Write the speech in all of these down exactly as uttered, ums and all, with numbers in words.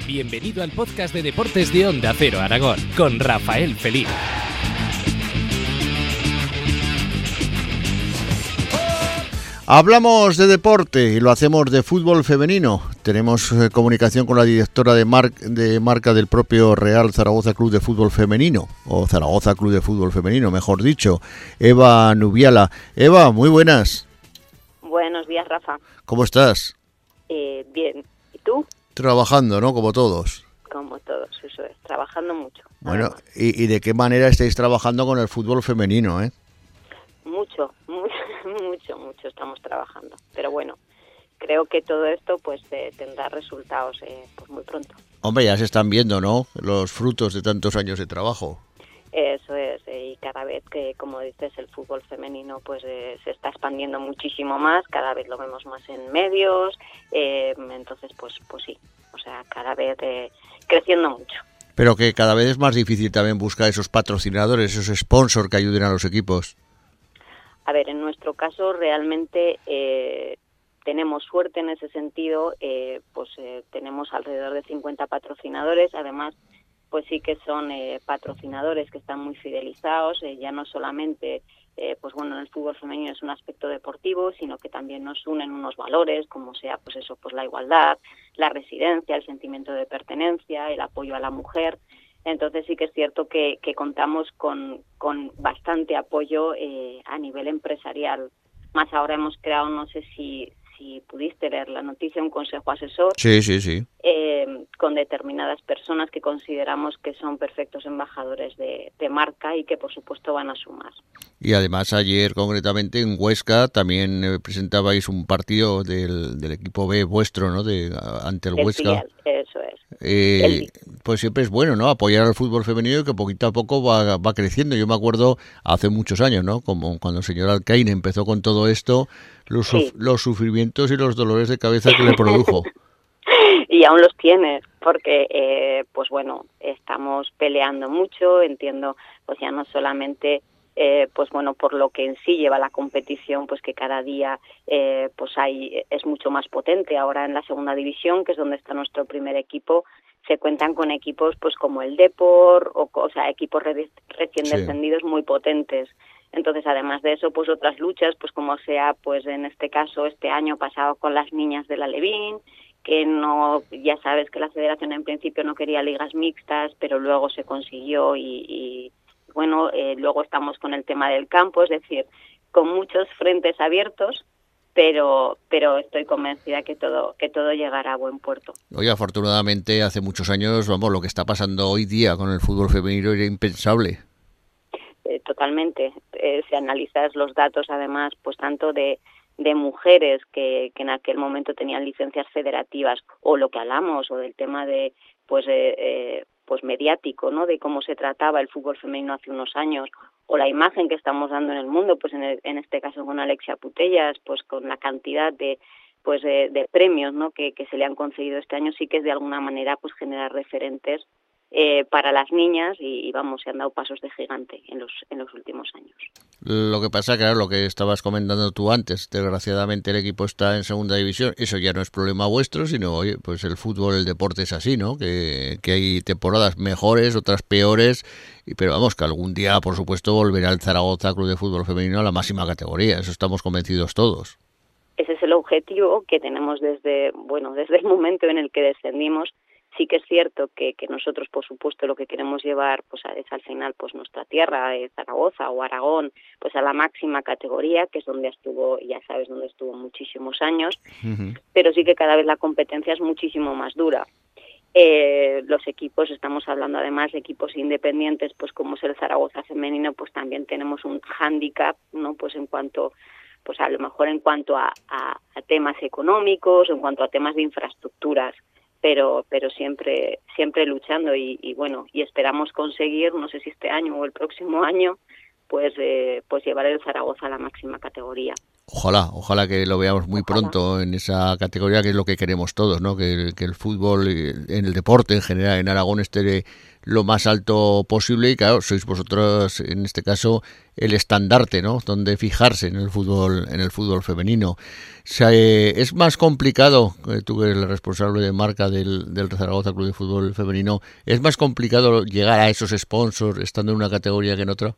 Bienvenido al podcast de deportes de Onda Cero Aragón, con Rafael Feliz. Hablamos de deporte y lo hacemos de fútbol femenino. Tenemos eh, comunicación con la directora de, mar- de marca del propio Real Zaragoza Club de Fútbol Femenino, o Zaragoza Club de Fútbol Femenino, mejor dicho, Eva Nubiala. Eva, muy buenas. Buenos días, Rafa. ¿Cómo estás? Eh, bien. ¿Y tú? Trabajando, ¿no? Como todos. Como todos, eso es. Trabajando mucho. Bueno, ¿y, y de qué manera estáis trabajando con el fútbol femenino, eh? Mucho, mucho, mucho, mucho estamos trabajando. Pero bueno, creo que todo esto pues eh, tendrá resultados eh, pues muy pronto. Hombre, ya se están viendo, ¿no? Los frutos de tantos años de trabajo. Eso es, eh, y cada vez que, como dices, el fútbol femenino pues eh, se está expandiendo muchísimo más, cada vez lo vemos más en medios, eh, entonces pues pues sí, o sea, cada vez eh, creciendo mucho. Pero que cada vez es más difícil también buscar esos patrocinadores, esos sponsors que ayuden a los equipos. A ver, en nuestro caso realmente eh, tenemos suerte en ese sentido, eh, pues eh, tenemos alrededor de cincuenta patrocinadores, además pues sí que son eh, patrocinadores que están muy fidelizados, eh, ya no solamente, eh, pues bueno, en el fútbol femenino es un aspecto deportivo, sino que también nos unen unos valores, como sea, pues eso, pues la igualdad, la residencia, el sentimiento de pertenencia, el apoyo a la mujer. Entonces sí que es cierto que, que contamos con, con bastante apoyo eh, a nivel empresarial. Más ahora hemos creado, no sé si, si pudiste leer la noticia, un consejo asesor. Sí, sí, sí. Eh, con determinadas personas que consideramos que son perfectos embajadores de, de marca y que por supuesto van a sumar. Y además ayer concretamente en Huesca también eh, presentabais un partido del, del equipo B vuestro, ¿no? De ante el, el Huesca. Filial, eso es. Eh, el... Pues siempre es bueno, ¿no? Apoyar al fútbol femenino que poquito a poco va, va creciendo. Yo me acuerdo hace muchos años, ¿no? Como cuando el señor Alcaine empezó con todo esto, los, sí. los sufrimientos y los dolores de cabeza que le produjo. Y aún los tiene, porque, eh, pues bueno, estamos peleando mucho, entiendo, pues ya no solamente, eh, pues bueno, por lo que en sí lleva la competición, pues que cada día, eh, pues hay, es mucho más potente. Ahora en la segunda división, que es donde está nuestro primer equipo, se cuentan con equipos, pues como el Depor, o, o sea, equipos re- recién sí. descendidos muy potentes. Entonces, además de eso, pues otras luchas, pues como sea, pues en este caso, este año pasado con las niñas del Alevín, que no, ya sabes que la federación en principio no quería ligas mixtas, pero luego se consiguió y, y bueno, eh, luego estamos con el tema del campo, es decir, con muchos frentes abiertos, pero pero estoy convencida que todo que todo llegará a buen puerto. Oye, afortunadamente hace muchos años, vamos, lo que está pasando hoy día con el fútbol femenino era impensable. Eh, totalmente. Eh, si analizas los datos, además, pues tanto de de mujeres que, que en aquel momento tenían licencias federativas, o lo que hablamos, o del tema de pues eh, eh, pues mediático, ¿no? De cómo se trataba el fútbol femenino hace unos años, o la imagen que estamos dando en el mundo, pues en, el, en este caso con Alexia Putellas, pues con la cantidad de pues de, de premios, ¿no? que, que se le han concedido este año, sí que es de alguna manera pues generar referentes Eh, para las niñas y, y vamos, se han dado pasos de gigante en los en los últimos años. Lo que pasa, claro, lo que estabas comentando tú antes, desgraciadamente el equipo está en segunda división, eso ya no es problema vuestro, sino, oye, pues el fútbol, el deporte es así, ¿no? Que, que hay temporadas mejores, otras peores, y, pero vamos, que algún día, por supuesto, volverá el Zaragoza Club de Fútbol Femenino a la máxima categoría, eso estamos convencidos todos. Ese es el objetivo que tenemos desde, bueno, desde el momento en el que descendimos. Sí que es cierto que, que nosotros, por supuesto, lo que queremos llevar pues es al final pues nuestra tierra, eh, Zaragoza o Aragón, pues a la máxima categoría, que es donde estuvo, ya sabes, donde estuvo muchísimos años, uh-huh. Pero sí que cada vez la competencia es muchísimo más dura. Eh, los equipos, estamos hablando además de equipos independientes, pues como es el Zaragoza femenino, pues también tenemos un hándicap, ¿no? Pues en cuanto, pues a lo mejor en cuanto a, a, a temas económicos, en cuanto a temas de infraestructuras. pero pero siempre siempre luchando y, y bueno y esperamos conseguir, no sé si este año o el próximo año, pues eh, pues llevar el Zaragoza a la máxima categoría. Ojalá, ojalá que lo veamos muy Ojalá. pronto en esa categoría, que es lo que queremos todos, ¿no? Que, el- que el fútbol, eh, en el deporte en general, en Aragón esté lo más alto posible y claro, sois vosotros, en este caso, el estandarte, ¿no? Donde fijarse en el fútbol, en el fútbol femenino. O sea, eh, es más complicado, eh, tú que eres el responsable de marca del, del Zaragoza Club de Fútbol Femenino, ¿es más complicado llegar a esos sponsors estando en una categoría que en otra?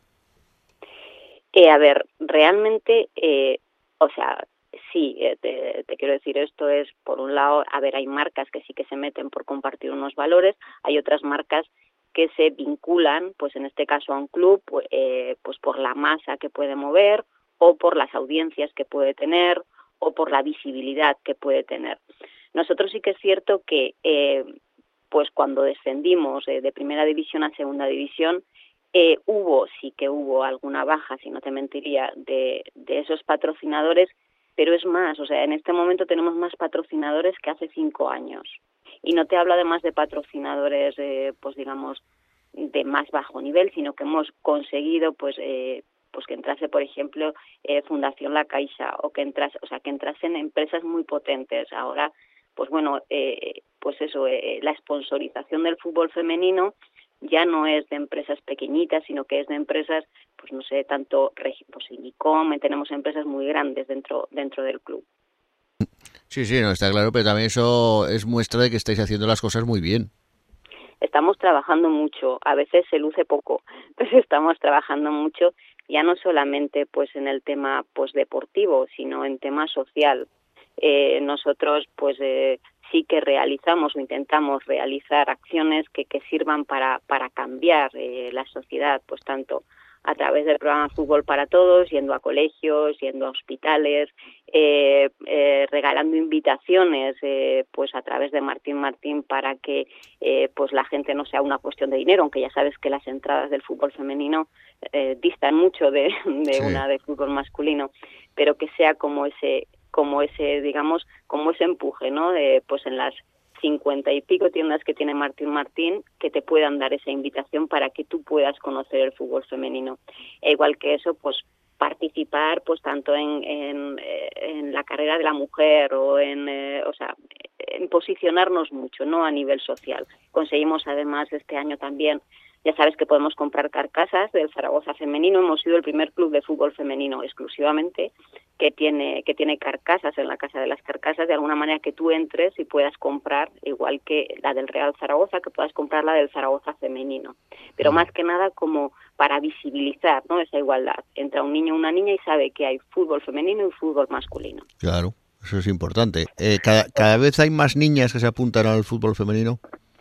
Eh, a ver, realmente, eh, o sea, sí, eh, te, te quiero decir, esto es, por un lado, a ver, hay marcas que sí que se meten por compartir unos valores, hay otras marcas que se vinculan, pues en este caso a un club, pues, eh, pues por la masa que puede mover, o por las audiencias que puede tener, o por la visibilidad que puede tener. Nosotros sí que es cierto que, eh, pues cuando descendimos eh, de primera división a segunda división, Eh, hubo, sí que hubo alguna baja, si no te mentiría, de, de esos patrocinadores, pero es más, o sea, en este momento tenemos más patrocinadores que hace cinco años. Y no te hablo además de patrocinadores, eh, pues digamos, de más bajo nivel, sino que hemos conseguido, pues, eh, pues que entrase, por ejemplo, eh, Fundación La Caixa, o que entrase, o sea, que entrasen empresas muy potentes. Ahora, pues bueno, eh, pues eso, eh, la sponsorización del fútbol femenino ya no es de empresas pequeñitas, sino que es de empresas, pues no sé, tanto pues Unicom, tenemos empresas muy grandes dentro dentro del club. Sí, sí, no, está claro, pero también eso es muestra de que estáis haciendo las cosas muy bien. Estamos trabajando mucho, a veces se luce poco, pero estamos trabajando mucho, ya no solamente pues en el tema pues deportivo, sino en tema social. Eh, nosotros pues eh, sí que realizamos o intentamos realizar acciones que, que sirvan para, para cambiar eh, la sociedad, pues tanto a través del programa Fútbol para Todos, yendo a colegios, yendo a hospitales, eh, eh, regalando invitaciones eh, pues a través de Martín Martín para que eh, pues la gente no sea una cuestión de dinero, aunque ya sabes que las entradas del fútbol femenino eh, distan mucho de, de Sí. una de fútbol masculino, pero que sea como ese como ese, digamos, como ese empuje, ¿no? De, pues en las cincuenta y pico tiendas que tiene Martín Martín, que te puedan dar esa invitación para que tú puedas conocer el fútbol femenino. E igual que eso, pues participar, pues tanto en, en, en la carrera de la mujer o en, eh, o sea, en posicionarnos mucho, ¿no? A nivel social. Conseguimos además este año también, ya sabes que podemos comprar carcasas del Zaragoza femenino, hemos sido el primer club de fútbol femenino exclusivamente que tiene que tiene carcasas en la Casa de las Carcasas, de alguna manera que tú entres y puedas comprar, igual que la del Real Zaragoza, que puedas comprar la del Zaragoza femenino. Pero mm. más que nada como para visibilizar, ¿no?, esa igualdad. Entra un niño o una niña y sabe que hay fútbol femenino y fútbol masculino. Claro, eso es importante. Eh, cada, cada vez hay más niñas que se apuntan al fútbol femenino.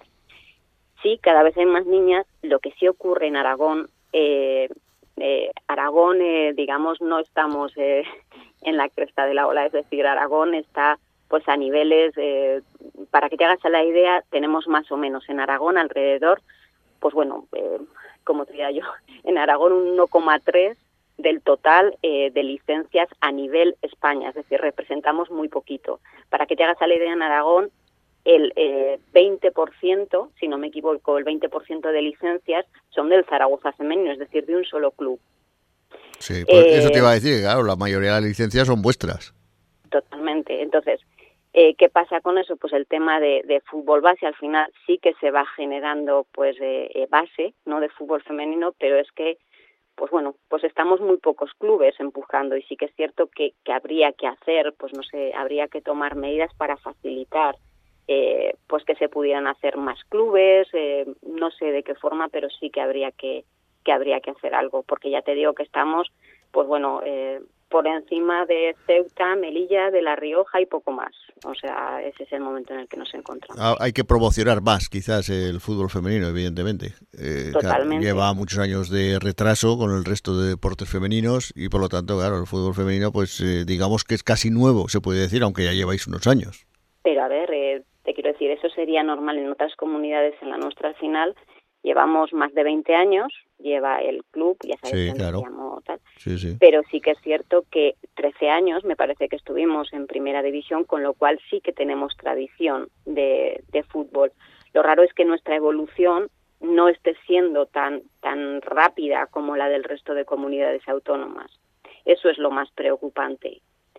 Sí, cada vez hay más niñas. Lo que sí ocurre en Aragón, eh, eh, Aragón, eh, digamos, no estamos eh, en la cresta de la ola, es decir, Aragón está pues a niveles, eh, para que te hagas a la idea, tenemos más o menos en Aragón alrededor, pues bueno, eh, como te diría yo, en Aragón un uno coma tres del total eh, de licencias a nivel España, es decir, representamos muy poquito. Para que te hagas a la idea, en Aragón el eh, veinte por ciento, si no me equivoco, el veinte por ciento de licencias son del Zaragoza femenino, es decir, de un solo club. Sí, pues eh, eso te iba a decir, claro, la mayoría de las licencias son vuestras. Totalmente. Entonces, eh, ¿qué pasa con eso? Pues el tema de, de fútbol base, al final sí que se va generando pues eh, base, ¿no?, de fútbol femenino, pero es que pues bueno, pues estamos muy pocos clubes empujando y sí que es cierto que, que habría que hacer, pues no sé, habría que tomar medidas para facilitar Eh, pues que se pudieran hacer más clubes, eh, no sé de qué forma, pero sí que habría que, que habría que hacer algo, porque ya te digo que estamos, pues bueno, eh, por encima de Ceuta, Melilla, de La Rioja y poco más. O sea, ese es el momento en el que nos encontramos. Ah, hay que promocionar más, quizás, el fútbol femenino, evidentemente. Eh, Totalmente. Claro, lleva muchos años de retraso con el resto de deportes femeninos y, por lo tanto, claro, el fútbol femenino, pues eh, digamos que es casi nuevo, se puede decir, aunque ya lleváis unos años. Pero a ver, eh, te quiero decir, eso sería normal en otras comunidades, en la nuestra al final llevamos más de veinte años, lleva el club, ya sabes, sí, claro. llamo, tal, sí, sí. pero sí que es cierto que trece años me parece que estuvimos en primera división, con lo cual sí que tenemos tradición de, de fútbol. Lo raro es que nuestra evolución no esté siendo tan, tan rápida como la del resto de comunidades autónomas. Eso es lo más preocupante.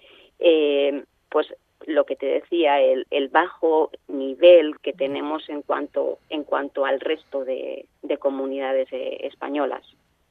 eh, pues lo que te decía, el, el bajo nivel que tenemos en cuanto en cuanto al resto de, de comunidades eh, españolas.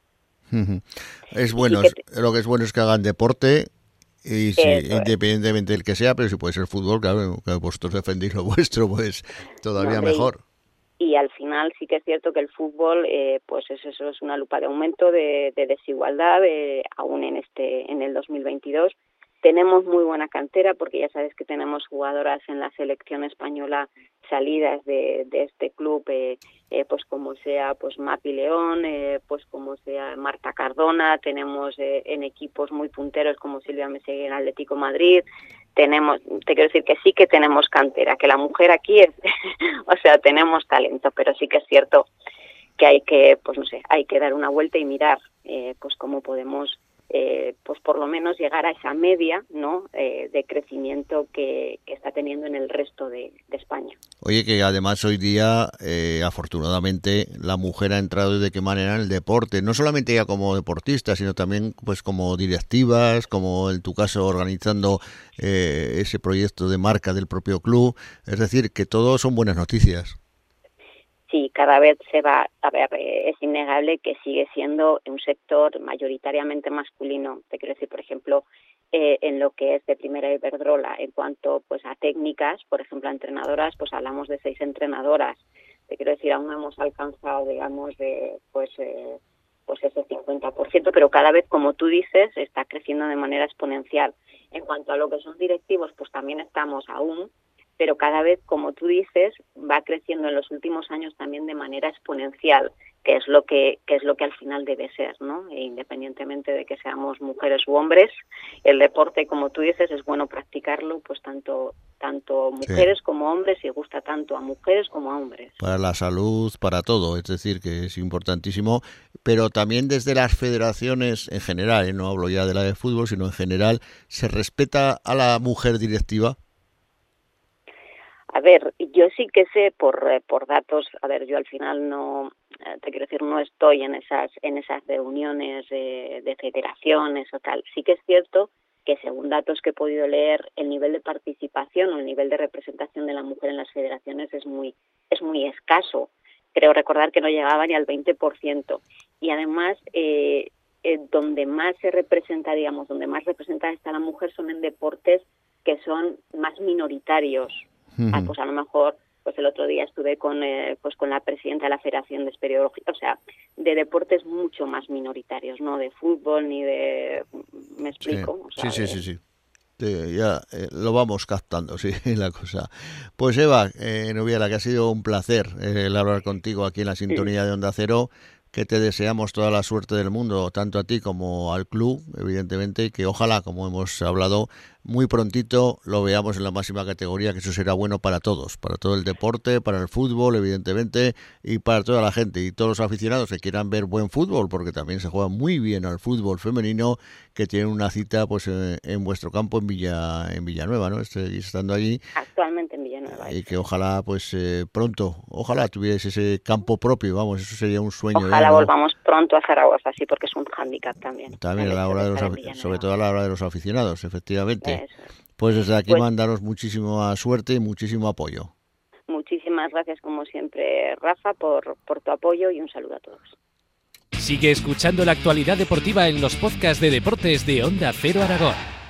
Es bueno, te... lo que es bueno es que hagan deporte, y si, independientemente del que sea, pero si puede ser fútbol, claro, que vosotros defendéis lo vuestro, pues todavía no, mejor. Y, y al final sí que es cierto que el fútbol, eh, pues es, eso es una lupa de aumento de, de desigualdad, eh, aún en este en el dos mil veintidós. Tenemos muy buena cantera porque ya sabes que tenemos jugadoras en la selección española salidas de, de este club, eh, eh, pues como sea pues Mapi León, eh, pues como sea Marta Cardona, tenemos eh, en equipos muy punteros como Silvia Meseguer en Atlético Madrid. Tenemos, te quiero decir que sí que tenemos cantera, que la mujer aquí es, o sea, tenemos talento, pero sí que es cierto que hay que, pues no sé, hay que dar una vuelta y mirar, eh, pues cómo podemos Eh, pues por lo menos llegar a esa media, ¿no?, eh, de crecimiento que, que está teniendo en el resto de, de España. Oye, que además hoy día, eh, afortunadamente, la mujer ha entrado de qué manera en el deporte, no solamente ya como deportista, sino también pues como directivas, como en tu caso organizando eh, ese proyecto de marca del propio club, es decir, que todo son buenas noticias. Sí, cada vez se va, a ver, eh, es innegable que sigue siendo un sector mayoritariamente masculino. Te quiero decir, por ejemplo, eh, en lo que es de Primera Iberdrola, en cuanto pues a técnicas, por ejemplo, a entrenadoras, pues hablamos de seis entrenadoras. Te quiero decir, aún no hemos alcanzado, digamos, de, pues, eh, pues ese cincuenta por ciento, pero cada vez, como tú dices, está creciendo de manera exponencial. En cuanto a lo que son directivos, pues también estamos aún, pero cada vez, como tú dices, va creciendo en los últimos años también de manera exponencial, que es lo que, que es lo que al final debe ser, ¿no? E independientemente de que seamos mujeres u hombres, el deporte, como tú dices, es bueno practicarlo, pues tanto tanto mujeres sí. como hombres, y gusta tanto a mujeres como a hombres. Para la salud, para todo, es decir, que es importantísimo, pero también desde las federaciones en general, ¿eh? No hablo ya de la de fútbol, sino en general, ¿se respeta a la mujer directiva? A ver, yo sí que sé por por datos, a ver, yo al final no, te quiero decir, no estoy en esas en esas reuniones de, de federaciones o tal. Sí que es cierto que según datos que he podido leer, el nivel de participación o el nivel de representación de la mujer en las federaciones es muy es muy escaso. Creo recordar que no llegaba ni al veinte por ciento. Y además, eh, eh, donde más se representa, digamos, donde más representada está la mujer son en deportes que son más minoritarios. Ah, pues a lo mejor, pues el otro día estuve con eh, pues con la presidenta de la Federación de Espeleología, o sea, de deportes mucho más minoritarios, no de fútbol ni de, ¿me explico? Sí, o sea, sí, de... sí, sí, sí. Sí, ya eh, lo vamos captando, sí, la cosa. Pues Eva, eh, Nubiela, que ha sido un placer eh, el hablar contigo aquí en la sintonía de Onda Cero, que te deseamos toda la suerte del mundo, tanto a ti como al club, evidentemente, y que ojalá, como hemos hablado, muy prontito lo veamos en la máxima categoría, que eso será bueno para todos, para todo el deporte, para el fútbol, evidentemente, y para toda la gente, y todos los aficionados que quieran ver buen fútbol, porque también se juega muy bien al fútbol femenino, que tienen una cita pues en, en vuestro campo en Villa en Villanueva, ¿no? Estáis estando allí. Actualmente en Villanueva. Y que ojalá, pues eh, pronto, ojalá tuvierais ese campo propio, vamos, eso sería un sueño. Ojalá ya, ¿no? volvamos pronto a Zaragoza, sí, porque es un hándicap también. También a la hora de los, sobre todo a la hora de los aficionados, efectivamente. Eso. Pues desde aquí pues, mandaros muchísima suerte y muchísimo apoyo. Muchísimas gracias, como siempre, Rafa, por, por tu apoyo, y un saludo a todos. Sigue escuchando la actualidad deportiva en los podcasts de deportes de Onda Cero Aragón.